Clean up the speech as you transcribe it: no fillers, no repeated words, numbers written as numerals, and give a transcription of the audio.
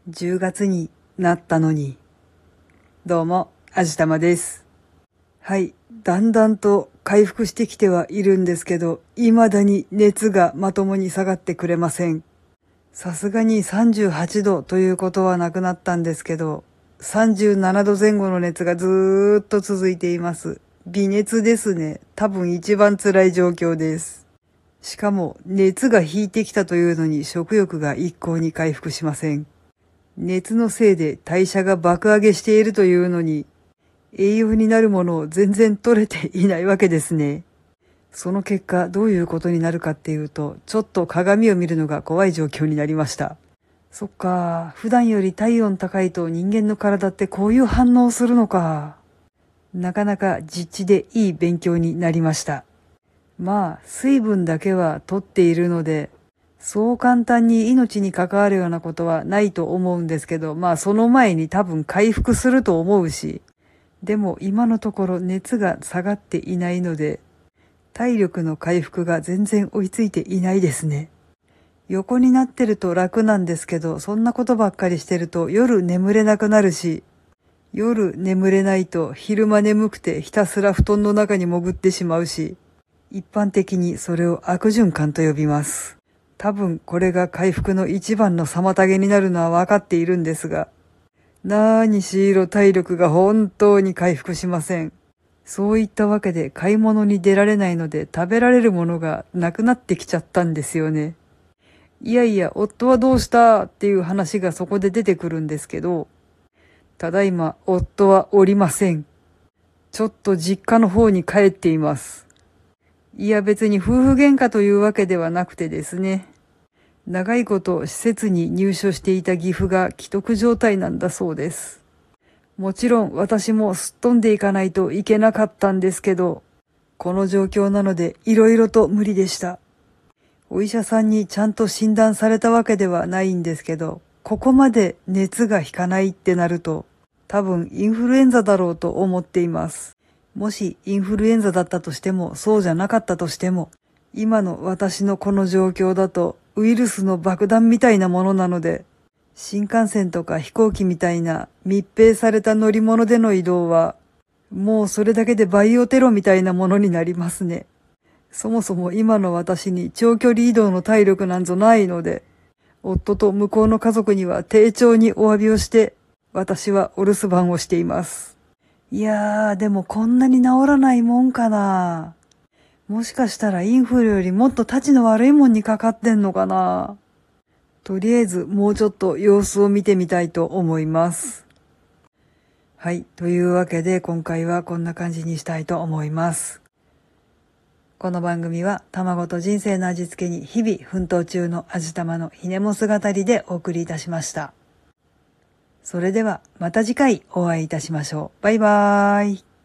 10月になったのに。どうも、あじたまです。はい、だんだんと回復してきてはいるんですけど、未だに熱がまともに下がってくれません。さすがに38度ということはなくなったんですけど、37度前後の熱がずーっと続いています。微熱ですね。多分一番辛い状況です。しかも熱が引いてきたというのに食欲が一向に回復しません。熱のせいで代謝が爆上げしているというのに、栄養になるものを全然取れていないわけですね。その結果どういうことになるかっていうと、ちょっと鏡を見るのが怖い状況になりました。そっか、普段より体温高いと人間の体ってこういう反応をするのか。なかなか実地でいい勉強になりました。まあ、水分だけは取っているので、そう簡単に命に関わるようなことはないと思うんですけど、まあその前に多分回復すると思うし、でも今のところ熱が下がっていないので、体力の回復が全然追いついていないですね。横になってると楽なんですけど、そんなことばっかりしてると夜眠れなくなるし、夜眠れないと昼間眠くてひたすら布団の中に潜ってしまうし、一般的にそれを悪循環と呼びます。多分これが回復の一番の妨げになるのは分かっているんですが、なーにしろ体力が本当に回復しません。そういったわけで買い物に出られないので食べられるものがなくなってきちゃったんですよね。いやいや、夫はどうしたっていう話がそこで出てくるんですけど、ただいま夫はおりません。ちょっと実家の方に帰っています。いや別に夫婦喧嘩というわけではなくてですね。長いこと施設に入所していた義父が危篤状態なんだそうです。もちろん私もすっ飛んでいかないといけなかったんですけど、この状況なので色々と無理でした。お医者さんにちゃんと診断されたわけではないんですけど、ここまで熱が引かないってなると、多分インフルエンザだろうと思っています。もしインフルエンザだったとしても、そうじゃなかったとしても、今の私のこの状況だとウイルスの爆弾みたいなものなので、新幹線とか飛行機みたいな密閉された乗り物での移動は、もうそれだけでバイオテロみたいなものになりますね。そもそも今の私に長距離移動の体力なんぞないので、夫と向こうの家族には丁重にお詫びをして、私はお留守番をしています。いやー、でもこんなに治らないもんかな。もしかしたらインフルよりもっとたちの悪いもんにかかってんのかな。とりあえずもうちょっと様子を見てみたいと思います。はい。というわけで今回はこんな感じにしたいと思います。この番組は卵と人生の味付けに日々奮闘中の味玉のひねも姿りでお送りいたしました。それではまた次回お会いいたしましょう。バイバーイ。